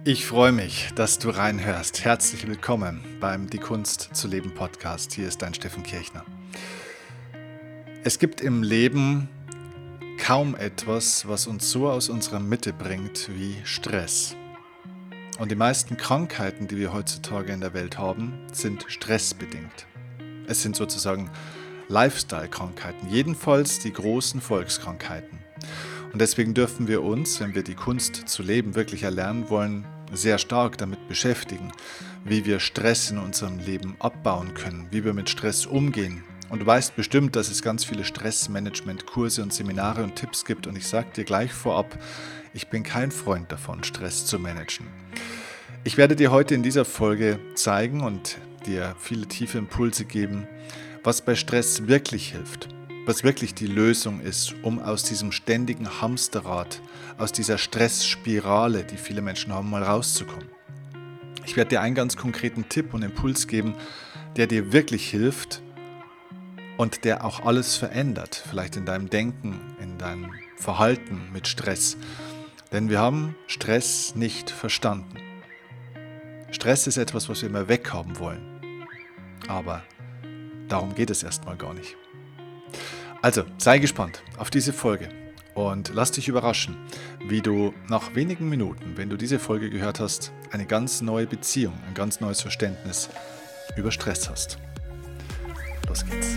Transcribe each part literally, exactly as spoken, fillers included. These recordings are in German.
Ich freue mich, dass du reinhörst. Herzlich willkommen beim Die Kunst zu leben Podcast. Hier ist dein Steffen Kirchner. Es gibt im Leben kaum etwas, was uns so aus unserer Mitte bringt wie Stress. Und die meisten Krankheiten, die wir heutzutage in der Welt haben, sind stressbedingt. Es sind sozusagen Lifestyle-Krankheiten, jedenfalls die großen Volkskrankheiten. Und deswegen dürfen wir uns, wenn wir die Kunst zu leben wirklich erlernen wollen, sehr stark damit beschäftigen, wie wir Stress in unserem Leben abbauen können, wie wir mit Stress umgehen. Und du weißt bestimmt, dass es ganz viele Stressmanagement-Kurse und Seminare und Tipps gibt. Und ich sage dir gleich vorab, ich bin kein Freund davon, Stress zu managen. Ich werde dir heute in dieser Folge zeigen und dir viele tiefe Impulse geben, was bei Stress wirklich hilft. Was wirklich die Lösung ist, um aus diesem ständigen Hamsterrad, aus dieser Stressspirale, die viele Menschen haben, mal rauszukommen. Ich werde dir einen ganz konkreten Tipp und Impuls geben, der dir wirklich hilft und der auch alles verändert, vielleicht in deinem Denken, in deinem Verhalten mit Stress. Denn wir haben Stress nicht verstanden. Stress ist etwas, was wir immer weghaben wollen. Aber darum geht es erstmal gar nicht. Also, sei gespannt auf diese Folge und lass dich überraschen, wie du nach wenigen Minuten, wenn du diese Folge gehört hast, eine ganz neue Beziehung, ein ganz neues Verständnis über Stress hast. Los geht's.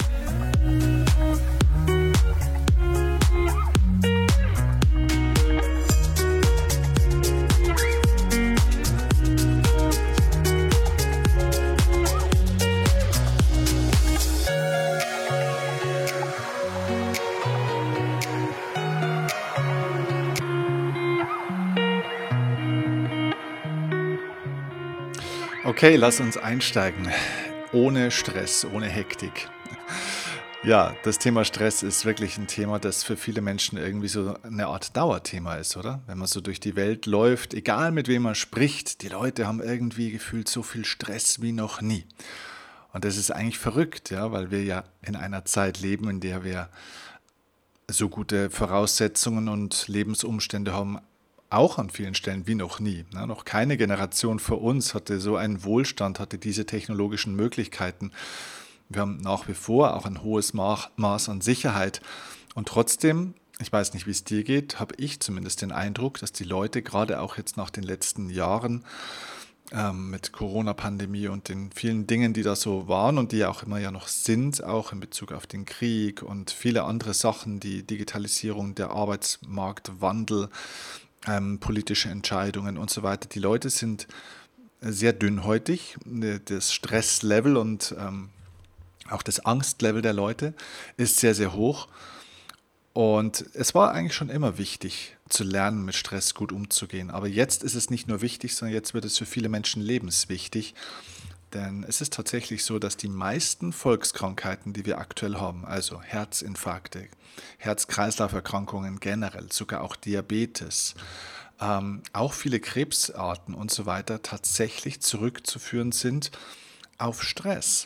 Okay, lass uns einsteigen. Ohne Stress, ohne Hektik. Ja, das Thema Stress ist wirklich ein Thema, das für viele Menschen irgendwie so eine Art Dauerthema ist, oder? Wenn man so durch die Welt läuft, egal mit wem man spricht, die Leute haben irgendwie gefühlt so viel Stress wie noch nie. Und das ist eigentlich verrückt, ja, weil wir ja in einer Zeit leben, in der wir so gute Voraussetzungen und Lebensumstände haben, auch an vielen Stellen wie noch nie. Na, noch keine Generation vor uns hatte so einen Wohlstand, hatte diese technologischen Möglichkeiten. Wir haben nach wie vor auch ein hohes Maß an Sicherheit. Und trotzdem, ich weiß nicht, wie es dir geht, habe ich zumindest den Eindruck, dass die Leute gerade auch jetzt nach den letzten Jahren ähm, mit Corona-Pandemie und den vielen Dingen, die da so waren und die ja auch immer ja noch sind, auch in Bezug auf den Krieg und viele andere Sachen, die Digitalisierung, der Arbeitsmarktwandel, Ähm, politische Entscheidungen und so weiter. Die Leute sind sehr dünnhäutig. Das Stresslevel und ähm, auch das Angstlevel der Leute ist sehr, sehr hoch. Und es war eigentlich schon immer wichtig, zu lernen, mit Stress gut umzugehen. Aber jetzt ist es nicht nur wichtig, sondern jetzt wird es für viele Menschen lebenswichtig. Denn es ist tatsächlich so, dass die meisten Volkskrankheiten, die wir aktuell haben, also Herzinfarkte, Herz-Kreislauf-Erkrankungen generell, sogar auch Diabetes, ähm, auch viele Krebsarten und so weiter, tatsächlich zurückzuführen sind auf Stress.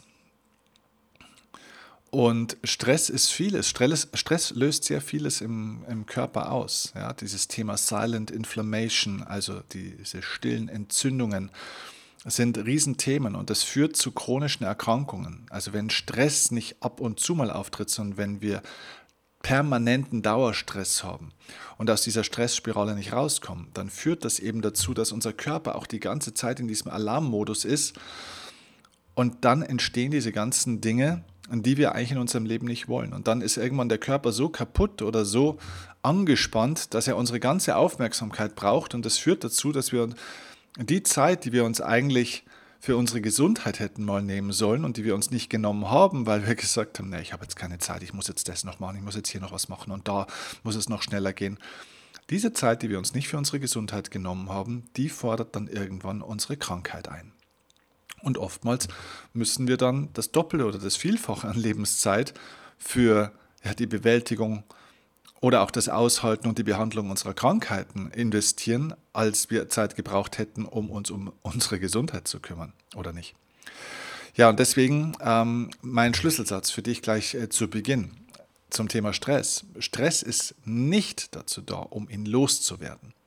Und Stress ist vieles. Stress, Stress löst sehr vieles im, im Körper aus. Ja, dieses Thema Silent Inflammation, also diese stillen Entzündungen, sind Riesenthemen und das führt zu chronischen Erkrankungen. Also wenn Stress nicht ab und zu mal auftritt, sondern wenn wir permanenten Dauerstress haben und aus dieser Stressspirale nicht rauskommen, dann führt das eben dazu, dass unser Körper auch die ganze Zeit in diesem Alarmmodus ist und dann entstehen diese ganzen Dinge, die wir eigentlich in unserem Leben nicht wollen. Und dann ist irgendwann der Körper so kaputt oder so angespannt, dass er unsere ganze Aufmerksamkeit braucht und das führt dazu, dass wir die Zeit, die wir uns eigentlich für unsere Gesundheit hätten mal nehmen sollen und die wir uns nicht genommen haben, weil wir gesagt haben, nee, ich habe jetzt keine Zeit, ich muss jetzt das noch machen, ich muss jetzt hier noch was machen und da muss es noch schneller gehen. Diese Zeit, die wir uns nicht für unsere Gesundheit genommen haben, die fordert dann irgendwann unsere Krankheit ein. Und oftmals müssen wir dann das Doppelte oder das Vielfache an Lebenszeit für ja, die Bewältigung oder auch das Aushalten und die Behandlung unserer Krankheiten investieren, als wir Zeit gebraucht hätten, um uns um unsere Gesundheit zu kümmern, oder nicht? Ja, und deswegen ähm, mein Schlüsselsatz für dich gleich äh, zu Beginn zum Thema Stress. Stress ist nicht dazu da, um ihn loszuwerden.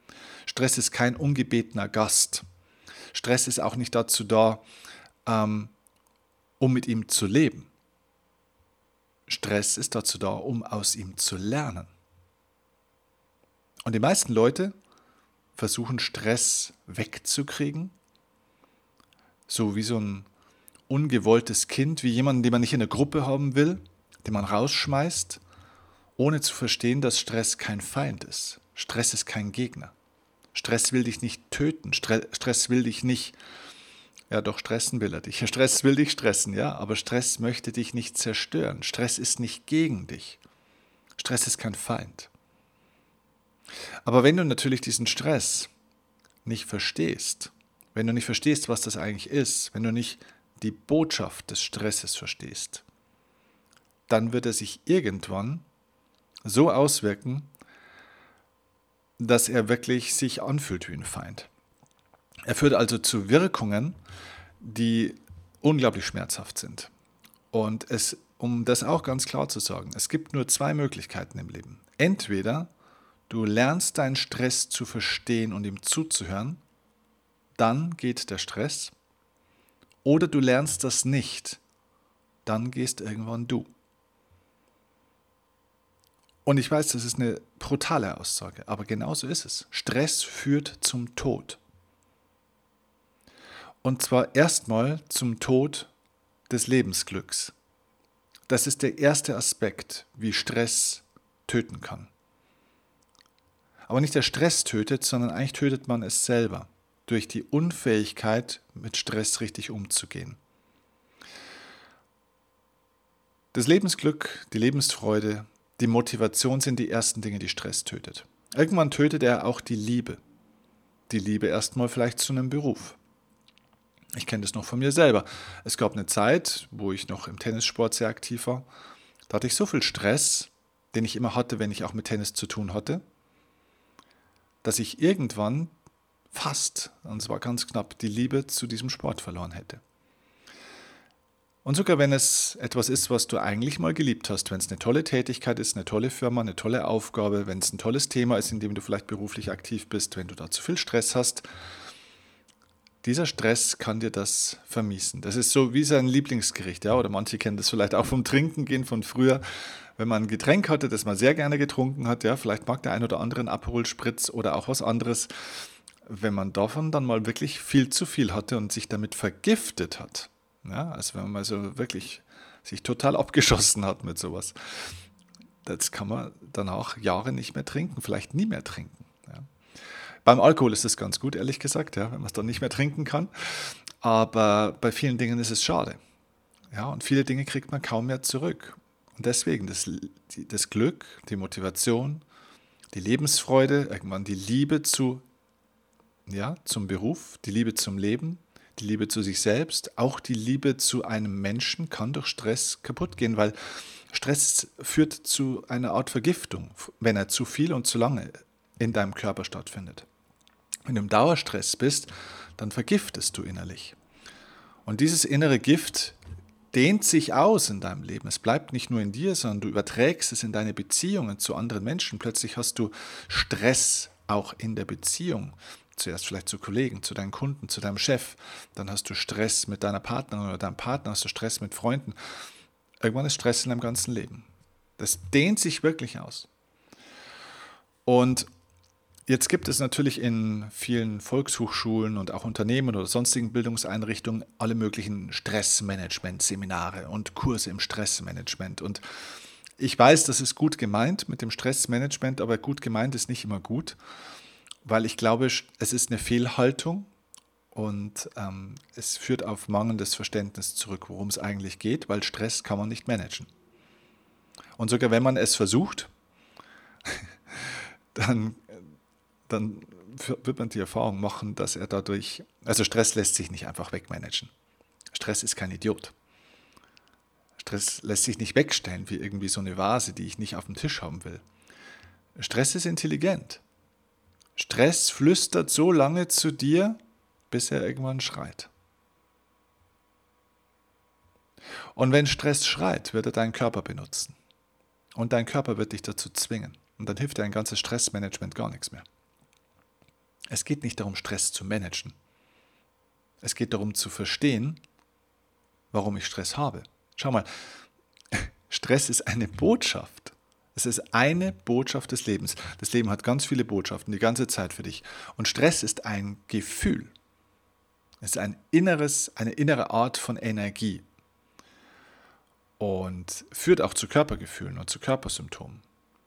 Stress ist kein ungebetener Gast. Stress ist auch nicht dazu da, ähm, um mit ihm zu leben. Stress ist dazu da, um aus ihm zu lernen. Und die meisten Leute versuchen Stress wegzukriegen, so wie so ein ungewolltes Kind, wie jemanden, den man nicht in der Gruppe haben will, den man rausschmeißt, ohne zu verstehen, dass Stress kein Feind ist. Stress ist kein Gegner. Stress will dich nicht töten. Stress will dich nicht, ja doch, stressen will er dich. Stress will dich stressen, ja, aber Stress möchte dich nicht zerstören. Stress ist nicht gegen dich. Stress ist kein Feind. Aber wenn du natürlich diesen Stress nicht verstehst, wenn du nicht verstehst, was das eigentlich ist, wenn du nicht die Botschaft des Stresses verstehst, dann wird er sich irgendwann so auswirken, dass er wirklich sich anfühlt wie ein Feind. Er führt also zu Wirkungen, die unglaublich schmerzhaft sind. Und es, um das auch ganz klar zu sagen, es gibt nur zwei Möglichkeiten im Leben. Entweder du lernst deinen Stress zu verstehen und ihm zuzuhören, dann geht der Stress. Oder du lernst das nicht, dann gehst irgendwann du. Und ich weiß, das ist eine brutale Aussage, aber genau so ist es. Stress führt zum Tod. Und zwar erstmal zum Tod des Lebensglücks. Das ist der erste Aspekt, wie Stress töten kann. Aber nicht der Stress tötet, sondern eigentlich tötet man es selber durch die Unfähigkeit, mit Stress richtig umzugehen. Das Lebensglück, die Lebensfreude, die Motivation sind die ersten Dinge, die Stress tötet. Irgendwann tötet er auch die Liebe. Die Liebe erstmal vielleicht zu einem Beruf. Ich kenne das noch von mir selber. Es gab eine Zeit, wo ich noch im Tennissport sehr aktiv war. Da hatte ich so viel Stress, den ich immer hatte, wenn ich auch mit Tennis zu tun hatte, dass ich irgendwann fast, und es war ganz knapp, die Liebe zu diesem Sport verloren hätte. Und sogar wenn es etwas ist, was du eigentlich mal geliebt hast, wenn es eine tolle Tätigkeit ist, eine tolle Firma, eine tolle Aufgabe, wenn es ein tolles Thema ist, in dem du vielleicht beruflich aktiv bist, wenn du da zu viel Stress hast, dieser Stress kann dir das vermiesen. Das ist so wie sein Lieblingsgericht, ja, oder manche kennen das vielleicht auch vom Trinken gehen von früher, wenn man ein Getränk hatte, das man sehr gerne getrunken hat, ja, vielleicht mag der ein oder andere einen Aperol Spritz oder auch was anderes, wenn man davon dann mal wirklich viel zu viel hatte und sich damit vergiftet hat. Ja, also wenn man mal so wirklich sich total abgeschossen hat mit sowas, das kann man danach Jahre nicht mehr trinken, vielleicht nie mehr trinken. Ja. Beim Alkohol ist das ganz gut, ehrlich gesagt, ja, wenn man es dann nicht mehr trinken kann. Aber bei vielen Dingen ist es schade. Ja, und viele Dinge kriegt man kaum mehr zurück. Und deswegen das, das Glück, die Motivation, die Lebensfreude, irgendwann die Liebe zu, ja, zum Beruf, die Liebe zum Leben, die Liebe zu sich selbst, auch die Liebe zu einem Menschen kann durch Stress kaputt gehen, weil Stress führt zu einer Art Vergiftung, wenn er zu viel und zu lange in deinem Körper stattfindet. Wenn du im Dauerstress bist, dann vergiftest du innerlich. Und dieses innere Gift dehnt sich aus in deinem Leben. Es bleibt nicht nur in dir, sondern du überträgst es in deine Beziehungen zu anderen Menschen. Plötzlich hast du Stress auch in der Beziehung. Zuerst vielleicht zu Kollegen, zu deinen Kunden, zu deinem Chef. Dann hast du Stress mit deiner Partnerin oder deinem Partner, hast du Stress mit Freunden. Irgendwann ist Stress in deinem ganzen Leben. Das dehnt sich wirklich aus. Und jetzt gibt es natürlich in vielen Volkshochschulen und auch Unternehmen oder sonstigen Bildungseinrichtungen alle möglichen Stressmanagement-Seminare und Kurse im Stressmanagement. Und ich weiß, das ist gut gemeint mit dem Stressmanagement, aber gut gemeint ist nicht immer gut, weil ich glaube, es ist eine Fehlhaltung und ähm, es führt auf mangelndes Verständnis zurück, worum es eigentlich geht, weil Stress kann man nicht managen. Und sogar wenn man es versucht, dann dann wird man die Erfahrung machen, dass er dadurch, also Stress lässt sich nicht einfach wegmanagen. Stress ist kein Idiot. Stress lässt sich nicht wegstellen wie irgendwie so eine Vase, die ich nicht auf dem Tisch haben will. Stress ist intelligent. Stress flüstert so lange zu dir, bis er irgendwann schreit. Und wenn Stress schreit, wird er deinen Körper benutzen. Und dein Körper wird dich dazu zwingen. Und dann hilft dir ein ganzes Stressmanagement gar nichts mehr. Es geht nicht darum, Stress zu managen. Es geht darum zu verstehen, warum ich Stress habe. Schau mal, Stress ist eine Botschaft. Es ist eine Botschaft des Lebens. Das Leben hat ganz viele Botschaften, die ganze Zeit für dich. Und Stress ist ein Gefühl. Es ist ein inneres, eine innere Art von Energie. Und führt auch zu Körpergefühlen und zu Körpersymptomen.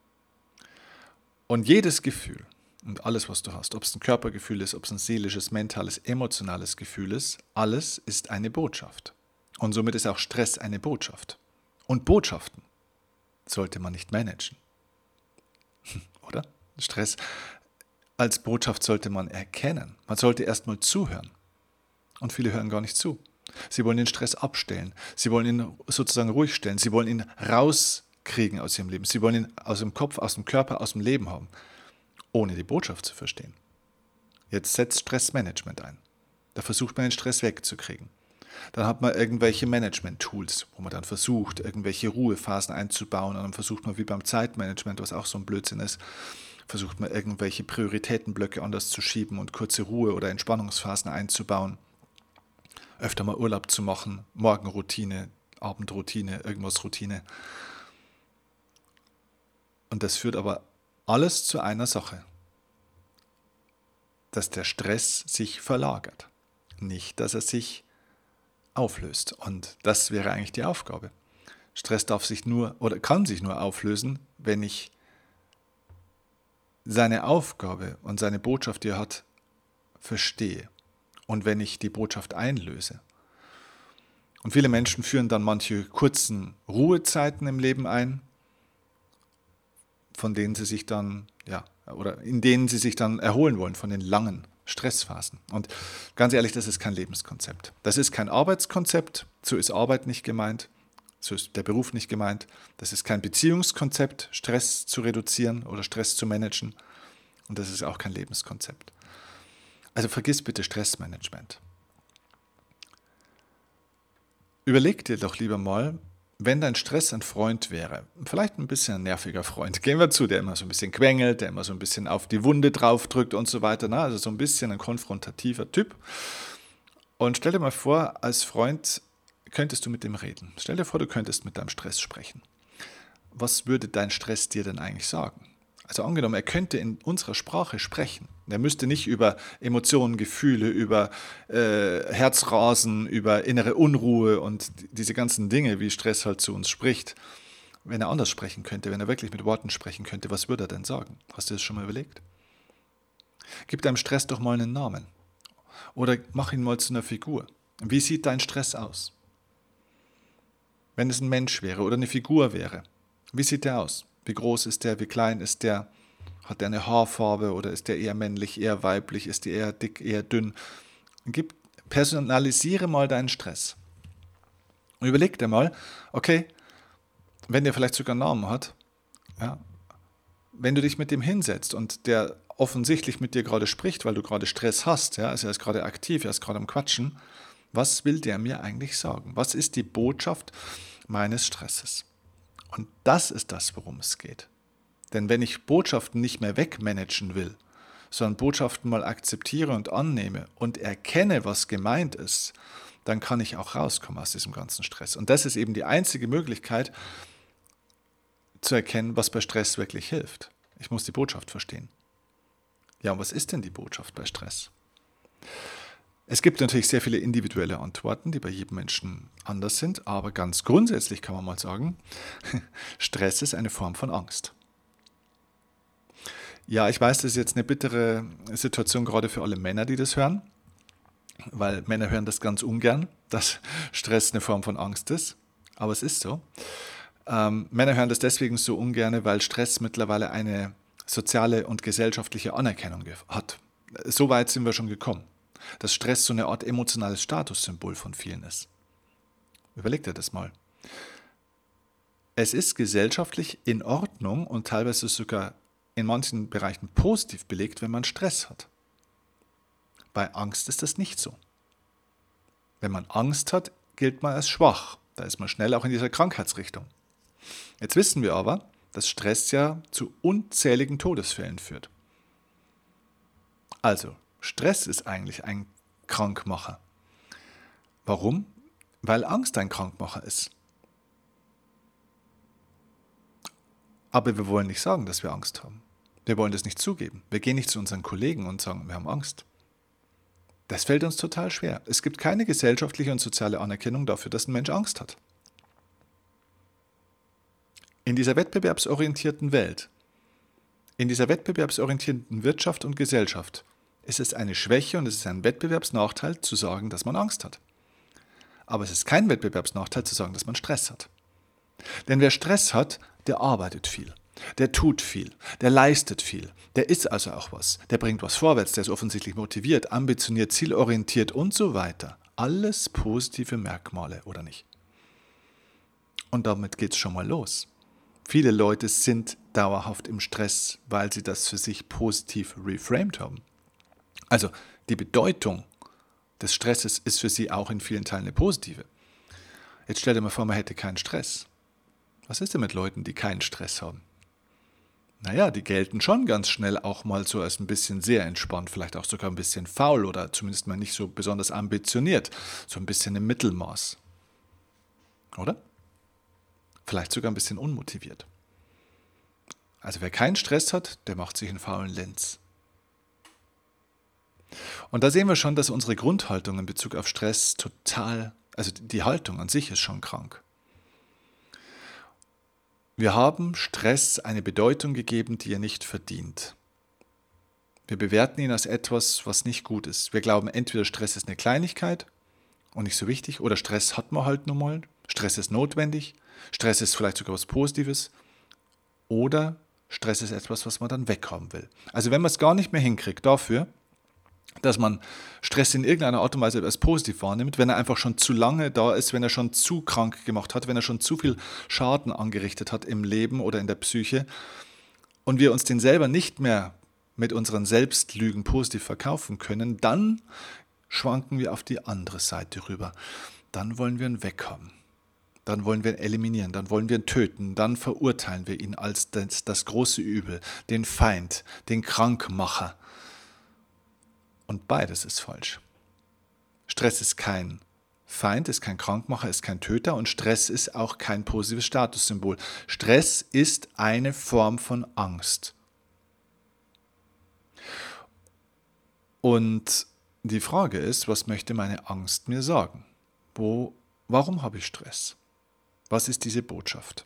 Und jedes Gefühl und alles, was du hast, ob es ein Körpergefühl ist, ob es ein seelisches, mentales, emotionales Gefühl ist, alles ist eine Botschaft. Und somit ist auch Stress eine Botschaft. Und Botschaften sollte man nicht managen. Oder? Stress als Botschaft sollte man erkennen. Man sollte erstmal zuhören. Und viele hören gar nicht zu. Sie wollen den Stress abstellen. Sie wollen ihn sozusagen ruhig stellen. Sie wollen ihn rauskriegen aus ihrem Leben. Sie wollen ihn aus dem Kopf, aus dem Körper, aus dem Leben haben, ohne die Botschaft zu verstehen. Jetzt setzt Stressmanagement ein. Da versucht man den Stress wegzukriegen. Dann hat man irgendwelche Management-Tools, wo man dann versucht, irgendwelche Ruhephasen einzubauen. Und dann versucht man, wie beim Zeitmanagement, was auch so ein Blödsinn ist, versucht man irgendwelche Prioritätenblöcke anders zu schieben und kurze Ruhe- oder Entspannungsphasen einzubauen. Öfter mal Urlaub zu machen, Morgenroutine, Abendroutine, irgendwas Routine. Und das führt aber alles zu einer Sache, dass der Stress sich verlagert, nicht, dass er sich auflöst. Und das wäre eigentlich die Aufgabe. Stress darf sich nur oder kann sich nur auflösen, wenn ich seine Aufgabe und seine Botschaft, die er hat, verstehe. Und wenn ich die Botschaft einlöse. Und viele Menschen führen dann manche kurzen Ruhezeiten im Leben ein, von denen sie sich dann, ja, oder in denen sie sich dann erholen wollen von den langen Stressphasen. Und ganz ehrlich, das ist kein Lebenskonzept. Das ist kein Arbeitskonzept, so ist Arbeit nicht gemeint, so ist der Beruf nicht gemeint. Das ist kein Beziehungskonzept, Stress zu reduzieren oder Stress zu managen. Und das ist auch kein Lebenskonzept. Also vergiss bitte Stressmanagement. Überleg dir doch lieber mal, wenn dein Stress ein Freund wäre, vielleicht ein bisschen ein nerviger Freund, gehen wir zu, der immer so ein bisschen quengelt, der immer so ein bisschen auf die Wunde draufdrückt und so weiter, ne? Also so ein bisschen ein konfrontativer Typ. Und stell dir mal vor, als Freund könntest du mit dem reden. Stell dir vor, du könntest mit deinem Stress sprechen. Was würde dein Stress dir denn eigentlich sagen? Also angenommen, er könnte in unserer Sprache sprechen. Er müsste nicht über Emotionen, Gefühle, über äh, Herzrasen, über innere Unruhe und diese ganzen Dinge, wie Stress halt zu uns spricht. Wenn er anders sprechen könnte, wenn er wirklich mit Worten sprechen könnte, was würde er denn sagen? Hast du das schon mal überlegt? Gib deinem Stress doch mal einen Namen. Oder mach ihn mal zu einer Figur. Wie sieht dein Stress aus? Wenn es ein Mensch wäre oder eine Figur wäre, wie sieht der aus? Wie groß ist der? Wie klein ist der? Hat der eine Haarfarbe oder ist der eher männlich, eher weiblich? Ist der eher dick, eher dünn? Gib, personalisiere mal deinen Stress. Und überleg dir mal, okay, wenn der vielleicht sogar einen Namen hat, ja, wenn du dich mit dem hinsetzt und der offensichtlich mit dir gerade spricht, weil du gerade Stress hast, ja, also er ist gerade aktiv, er ist gerade am Quatschen, was will der mir eigentlich sagen? Was ist die Botschaft meines Stresses? Und das ist das, worum es geht. Denn wenn ich Botschaften nicht mehr wegmanagen will, sondern Botschaften mal akzeptiere und annehme und erkenne, was gemeint ist, dann kann ich auch rauskommen aus diesem ganzen Stress. Und das ist eben die einzige Möglichkeit, zu erkennen, was bei Stress wirklich hilft. Ich muss die Botschaft verstehen. Ja, und was ist denn die Botschaft bei Stress? Es gibt natürlich sehr viele individuelle Antworten, die bei jedem Menschen anders sind, aber ganz grundsätzlich kann man mal sagen, Stress ist eine Form von Angst. Ja, ich weiß, das ist jetzt eine bittere Situation gerade für alle Männer, die das hören, weil Männer hören das ganz ungern, dass Stress eine Form von Angst ist, aber es ist so. Ähm, Männer hören das deswegen so ungern, weil Stress mittlerweile eine soziale und gesellschaftliche Anerkennung hat. So weit sind wir schon gekommen, dass Stress so eine Art emotionales Statussymbol von vielen ist. Überleg dir das mal. Es ist gesellschaftlich in Ordnung und teilweise sogar in manchen Bereichen positiv belegt, wenn man Stress hat. Bei Angst ist das nicht so. Wenn man Angst hat, gilt man als schwach. Da ist man schnell auch in dieser Krankheitsrichtung. Jetzt wissen wir aber, dass Stress ja zu unzähligen Todesfällen führt. Also, Stress ist eigentlich ein Krankmacher. Warum? Weil Angst ein Krankmacher ist. Aber wir wollen nicht sagen, dass wir Angst haben. Wir wollen das nicht zugeben. Wir gehen nicht zu unseren Kollegen und sagen, wir haben Angst. Das fällt uns total schwer. Es gibt keine gesellschaftliche und soziale Anerkennung dafür, dass ein Mensch Angst hat. In dieser wettbewerbsorientierten Welt, in dieser wettbewerbsorientierten Wirtschaft und Gesellschaft ist es eine Schwäche und es ist ein Wettbewerbsnachteil zu sagen, dass man Angst hat. Aber es ist kein Wettbewerbsnachteil zu sagen, dass man Stress hat. Denn wer Stress hat, der arbeitet viel, der tut viel, der leistet viel, der ist also auch was, der bringt was vorwärts, der ist offensichtlich motiviert, ambitioniert, zielorientiert und so weiter. Alles positive Merkmale, oder nicht? Und damit geht es schon mal los. Viele Leute sind dauerhaft im Stress, weil sie das für sich positiv reframed haben. Also die Bedeutung des Stresses ist für sie auch in vielen Teilen eine positive. Jetzt stell dir mal vor, man hätte keinen Stress. Was ist denn mit Leuten, die keinen Stress haben? Naja, die gelten schon ganz schnell auch mal so als ein bisschen sehr entspannt, vielleicht auch sogar ein bisschen faul oder zumindest mal nicht so besonders ambitioniert, so ein bisschen im Mittelmaß. Oder? Vielleicht sogar ein bisschen unmotiviert. Also wer keinen Stress hat, der macht sich einen faulen Lenz. Und da sehen wir schon, dass unsere Grundhaltung in Bezug auf Stress total, also die Haltung an sich ist schon krank. Wir haben Stress eine Bedeutung gegeben, die er nicht verdient. Wir bewerten ihn als etwas, was nicht gut ist. Wir glauben, entweder Stress ist eine Kleinigkeit und nicht so wichtig, oder Stress hat man halt nun mal, Stress ist notwendig, Stress ist vielleicht sogar was Positives, oder Stress ist etwas, was man dann weghaben will. Also wenn man es gar nicht mehr hinkriegt dafür, dass man Stress in irgendeiner Art und Weise als positiv wahrnimmt, wenn er einfach schon zu lange da ist, wenn er schon zu krank gemacht hat, wenn er schon zu viel Schaden angerichtet hat im Leben oder in der Psyche und wir uns den selber nicht mehr mit unseren Selbstlügen positiv verkaufen können, dann schwanken wir auf die andere Seite rüber. Dann wollen wir ihn weghaben. Dann wollen wir ihn eliminieren, dann wollen wir ihn töten, dann verurteilen wir ihn als das, das große Übel, den Feind, den Krankmacher. Und beides ist falsch. Stress ist kein Feind, ist kein Krankmacher, ist kein Töter und Stress ist auch kein positives Statussymbol. Stress ist eine Form von Angst. Und die Frage ist, was möchte meine Angst mir sagen? Wo, warum habe ich Stress? Was ist diese Botschaft?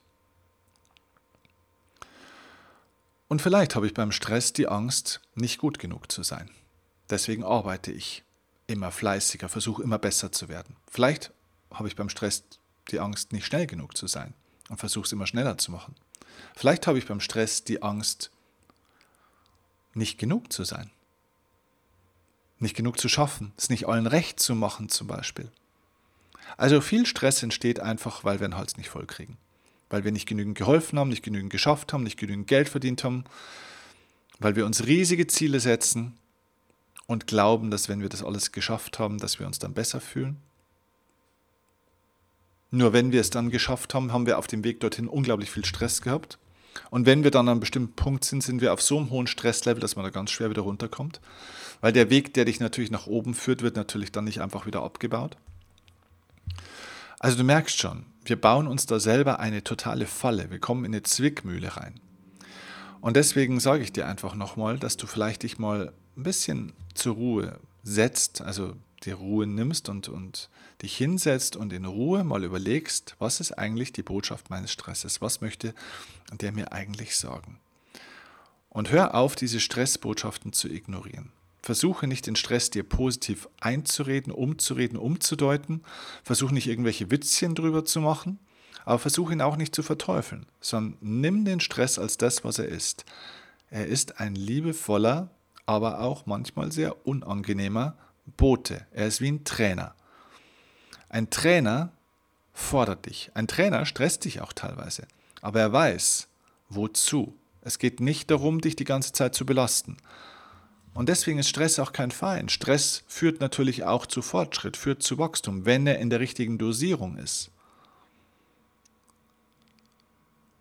Und vielleicht habe ich beim Stress die Angst, nicht gut genug zu sein. Deswegen arbeite ich immer fleißiger, versuche immer besser zu werden. Vielleicht habe ich beim Stress die Angst, nicht schnell genug zu sein und versuche es immer schneller zu machen. Vielleicht habe ich beim Stress die Angst, nicht genug zu sein. Nicht genug zu schaffen, es nicht allen recht zu machen zum Beispiel. Also viel Stress entsteht einfach, weil wir den Hals nicht voll kriegen. Weil wir nicht genügend geholfen haben, nicht genügend geschafft haben, nicht genügend Geld verdient haben. Weil wir uns riesige Ziele setzen und glauben, dass wenn wir das alles geschafft haben, dass wir uns dann besser fühlen. Nur wenn wir es dann geschafft haben, haben wir auf dem Weg dorthin unglaublich viel Stress gehabt. Und wenn wir dann an einem bestimmten Punkt sind, sind wir auf so einem hohen Stresslevel, dass man da ganz schwer wieder runterkommt. Weil der Weg, der dich natürlich nach oben führt, wird natürlich dann nicht einfach wieder abgebaut. Also du merkst schon, wir bauen uns da selber eine totale Falle. Wir kommen in eine Zwickmühle rein. Und deswegen sage ich dir einfach nochmal, dass du vielleicht dich mal ein bisschen zur Ruhe setzt, also die Ruhe nimmst und, und dich hinsetzt und in Ruhe mal überlegst, was ist eigentlich die Botschaft meines Stresses? Was möchte der mir eigentlich sagen? Und hör auf, diese Stressbotschaften zu ignorieren. Versuche nicht, den Stress dir positiv einzureden, umzureden, umzudeuten. Versuche nicht, irgendwelche Witzchen drüber zu machen, aber versuche ihn auch nicht zu verteufeln, sondern nimm den Stress als das, was er ist. Er ist ein liebevoller, aber auch manchmal sehr unangenehmer Bote. Er ist wie ein Trainer. Ein Trainer fordert dich. Ein Trainer stresst dich auch teilweise. Aber er weiß, wozu. Es geht nicht darum, dich die ganze Zeit zu belasten. Und deswegen ist Stress auch kein Feind. Stress führt natürlich auch zu Fortschritt, führt zu Wachstum, wenn er in der richtigen Dosierung ist.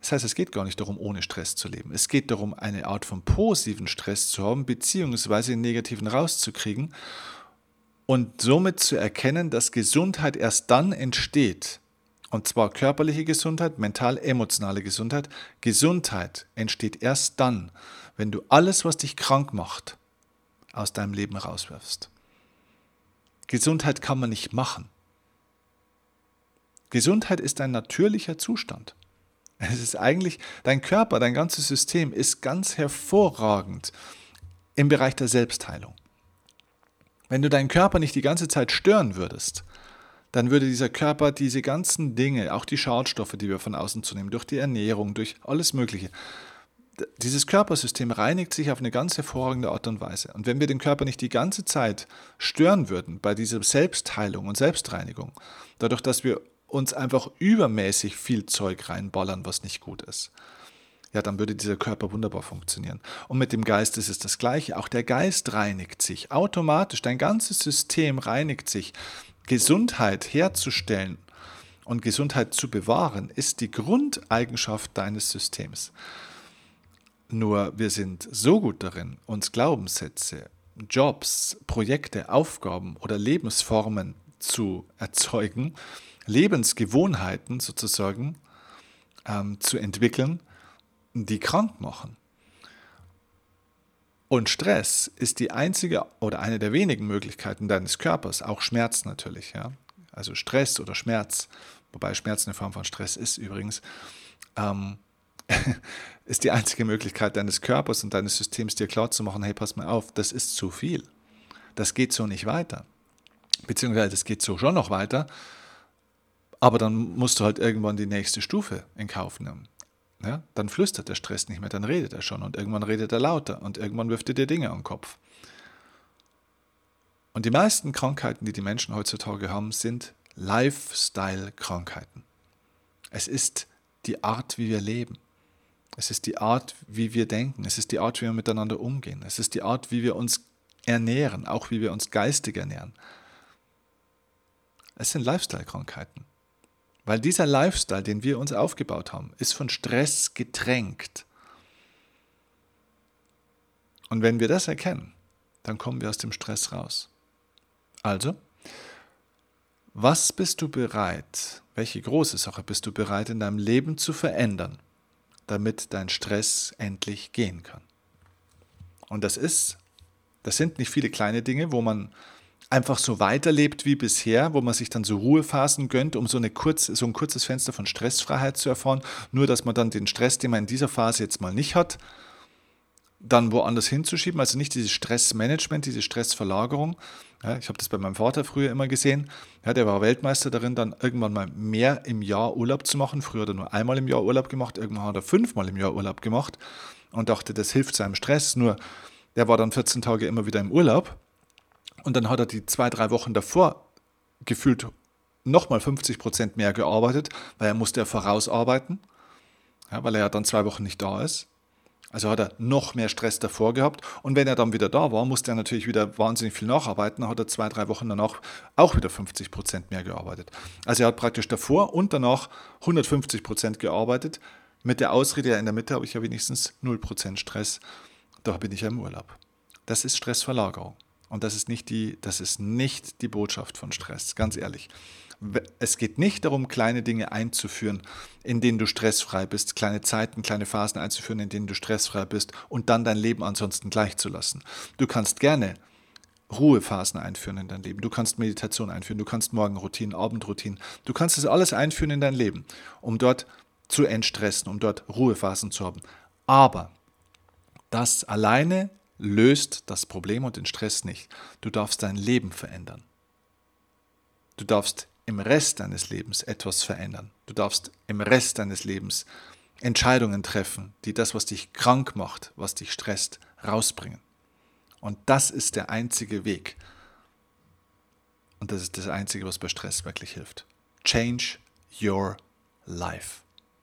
Das heißt, es geht gar nicht darum, ohne Stress zu leben. Es geht darum, eine Art von positiven Stress zu haben, beziehungsweise den negativen rauszukriegen und somit zu erkennen, dass Gesundheit erst dann entsteht, und zwar körperliche Gesundheit, mental-emotionale Gesundheit. Gesundheit entsteht erst dann, wenn du alles, was dich krank macht, aus deinem Leben rauswirfst. Gesundheit kann man nicht machen. Gesundheit ist ein natürlicher Zustand. Es ist eigentlich, dein Körper, dein ganzes System ist ganz hervorragend im Bereich der Selbstheilung. Wenn du deinen Körper nicht die ganze Zeit stören würdest, dann würde dieser Körper diese ganzen Dinge, auch die Schadstoffe, die wir von außen zunehmen, durch die Ernährung, durch alles Mögliche, dieses Körpersystem reinigt sich auf eine ganz hervorragende Art und Weise. Und wenn wir den Körper nicht die ganze Zeit stören würden bei dieser Selbstheilung und Selbstreinigung, dadurch, dass wir uns einfach übermäßig viel Zeug reinballern, was nicht gut ist, ja, dann würde dieser Körper wunderbar funktionieren. Und mit dem Geist ist es das Gleiche. Auch der Geist reinigt sich automatisch. Dein ganzes System reinigt sich. Gesundheit herzustellen und Gesundheit zu bewahren, ist die Grundeigenschaft deines Systems. Nur wir sind so gut darin, uns Glaubenssätze, Jobs, Projekte, Aufgaben oder Lebensformen zu erzeugen, Lebensgewohnheiten sozusagen ähm, zu entwickeln, die krank machen. Und Stress ist die einzige oder eine der wenigen Möglichkeiten deines Körpers, auch Schmerz natürlich, ja? Also Stress oder Schmerz, wobei Schmerz eine Form von Stress ist übrigens, ähm, ist die einzige Möglichkeit deines Körpers und deines Systems, dir klarzumachen, hey, pass mal auf, das ist zu viel. Das geht so nicht weiter. Beziehungsweise das geht so schon noch weiter, aber dann musst du halt irgendwann die nächste Stufe in Kauf nehmen. Ja? Dann flüstert der Stress nicht mehr, dann redet er schon und irgendwann redet er lauter und irgendwann wirft er dir Dinge an den Kopf. Und die meisten Krankheiten, die die Menschen heutzutage haben, sind Lifestyle-Krankheiten. Es ist die Art, wie wir leben. Es ist die Art, wie wir denken. Es ist die Art, wie wir miteinander umgehen. Es ist die Art, wie wir uns ernähren, auch wie wir uns geistig ernähren. Es sind Lifestyle-Krankheiten. Weil dieser Lifestyle, den wir uns aufgebaut haben, ist von Stress getränkt. Und wenn wir das erkennen, dann kommen wir aus dem Stress raus. Also, was bist du bereit, welche große Sache bist du bereit in deinem Leben zu verändern, damit dein Stress endlich gehen kann? Und das ist, das sind nicht viele kleine Dinge, wo man einfach so weiterlebt wie bisher, wo man sich dann so Ruhephasen gönnt, um so, eine kurz, so ein kurzes Fenster von Stressfreiheit zu erfahren, nur dass man dann den Stress, den man in dieser Phase jetzt mal nicht hat, dann woanders hinzuschieben, also nicht dieses Stressmanagement, diese Stressverlagerung. Ja, ich habe das bei meinem Vater früher immer gesehen, ja, der war Weltmeister darin, dann irgendwann mal mehr im Jahr Urlaub zu machen. Früher hat er nur einmal im Jahr Urlaub gemacht, irgendwann hat er fünfmal im Jahr Urlaub gemacht und dachte, das hilft seinem Stress, nur der war dann vierzehn Tage immer wieder im Urlaub. Und dann hat er die zwei, drei Wochen davor gefühlt nochmal fünfzig Prozent mehr gearbeitet, weil er musste ja vorausarbeiten, ja, weil er ja dann zwei Wochen nicht da ist. Also hat er noch mehr Stress davor gehabt. Und wenn er dann wieder da war, musste er natürlich wieder wahnsinnig viel nacharbeiten. Dann hat er zwei, drei Wochen danach auch wieder fünfzig Prozent mehr gearbeitet. Also er hat praktisch davor und danach hundertfünfzig Prozent gearbeitet. Mit der Ausrede, ja, in der Mitte habe ich ja wenigstens null Prozent Stress. Da bin ich ja im Urlaub. Das ist Stressverlagerung. Und das ist nicht die, das ist nicht die Botschaft von Stress, ganz ehrlich. Es geht nicht darum, kleine Dinge einzuführen, in denen du stressfrei bist, kleine Zeiten, kleine Phasen einzuführen, in denen du stressfrei bist und dann dein Leben ansonsten gleich zu lassen. Du kannst gerne Ruhephasen einführen in dein Leben, du kannst Meditation einführen, du kannst Morgenroutinen, Abendroutinen, du kannst das alles einführen in dein Leben, um dort zu entstressen, um dort Ruhephasen zu haben. Aber das alleine löst das Problem und den Stress nicht. Du darfst dein Leben verändern. Du darfst im Rest deines Lebens etwas verändern. Du darfst im Rest deines Lebens Entscheidungen treffen, die das, was dich krank macht, was dich stresst, rausbringen. Und das ist der einzige Weg. Und das ist das Einzige, was bei Stress wirklich hilft. Change your life.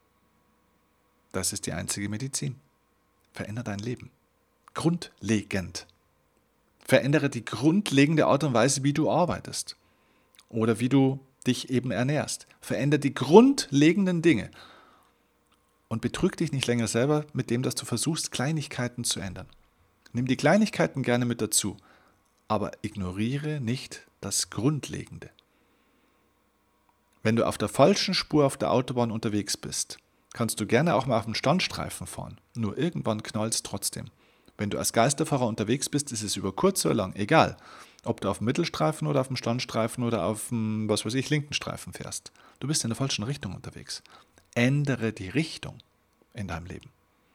Das ist die einzige Medizin. Verändere dein Leben. Grundlegend. Verändere die grundlegende Art und Weise, wie du arbeitest oder wie du dich eben ernährst. Verändere die grundlegenden Dinge Und betrüg dich nicht länger selber mit dem, dass du versuchst, Kleinigkeiten zu ändern. Nimm die Kleinigkeiten gerne mit dazu, aber ignoriere nicht das Grundlegende. Wenn du auf der falschen Spur auf der Autobahn unterwegs bist, kannst du gerne auch mal auf dem Standstreifen fahren. Nur irgendwann knallt es trotzdem. Wenn du als Geisterfahrer unterwegs bist, ist es über kurz oder lang egal, ob du auf dem Mittelstreifen oder auf dem Standstreifen oder auf dem, was weiß ich, linken Streifen fährst. Du bist in der falschen Richtung unterwegs. Ändere die Richtung in deinem Leben.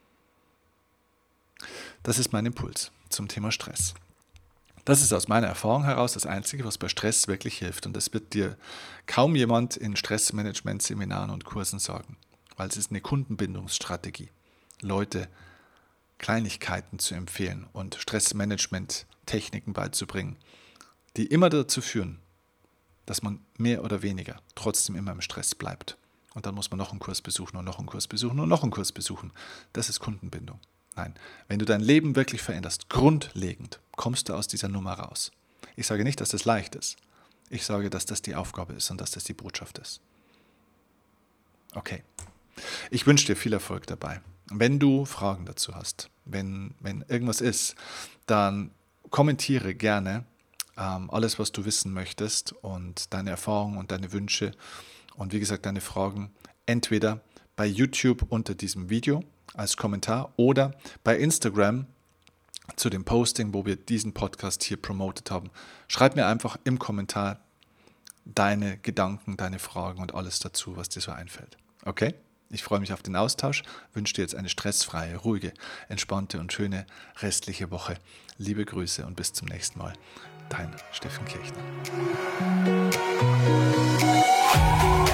Das ist mein Impuls zum Thema Stress. Das ist aus meiner Erfahrung heraus das Einzige, was bei Stress wirklich hilft. Und das wird dir kaum jemand in Stressmanagement-Seminaren und Kursen sagen, weil es ist eine Kundenbindungsstrategie, Leute Kleinigkeiten zu empfehlen und Stressmanagement-Techniken beizubringen, die immer dazu führen, dass man mehr oder weniger trotzdem immer im Stress bleibt. Und dann muss man noch einen Kurs besuchen und noch einen Kurs besuchen und noch einen Kurs besuchen. Das ist Kundenbindung. Nein, wenn du dein Leben wirklich veränderst, grundlegend, kommst du aus dieser Nummer raus. Ich sage nicht, dass das leicht ist. Ich sage, dass das die Aufgabe ist und dass das die Botschaft ist. Okay. Ich wünsche dir viel Erfolg dabei. Wenn du Fragen dazu hast, wenn, wenn irgendwas ist, dann kommentiere gerne ähm, alles, was du wissen möchtest und deine Erfahrungen und deine Wünsche und wie gesagt deine Fragen entweder bei YouTube unter diesem Video als Kommentar oder bei Instagram zu dem Posting, wo wir diesen Podcast hier promotet haben. Schreib mir einfach im Kommentar deine Gedanken, deine Fragen und alles dazu, was dir so einfällt. Okay? Ich freue mich auf den Austausch, wünsche dir jetzt eine stressfreie, ruhige, entspannte und schöne restliche Woche. Liebe Grüße und bis zum nächsten Mal. Dein Steffen Kirchner.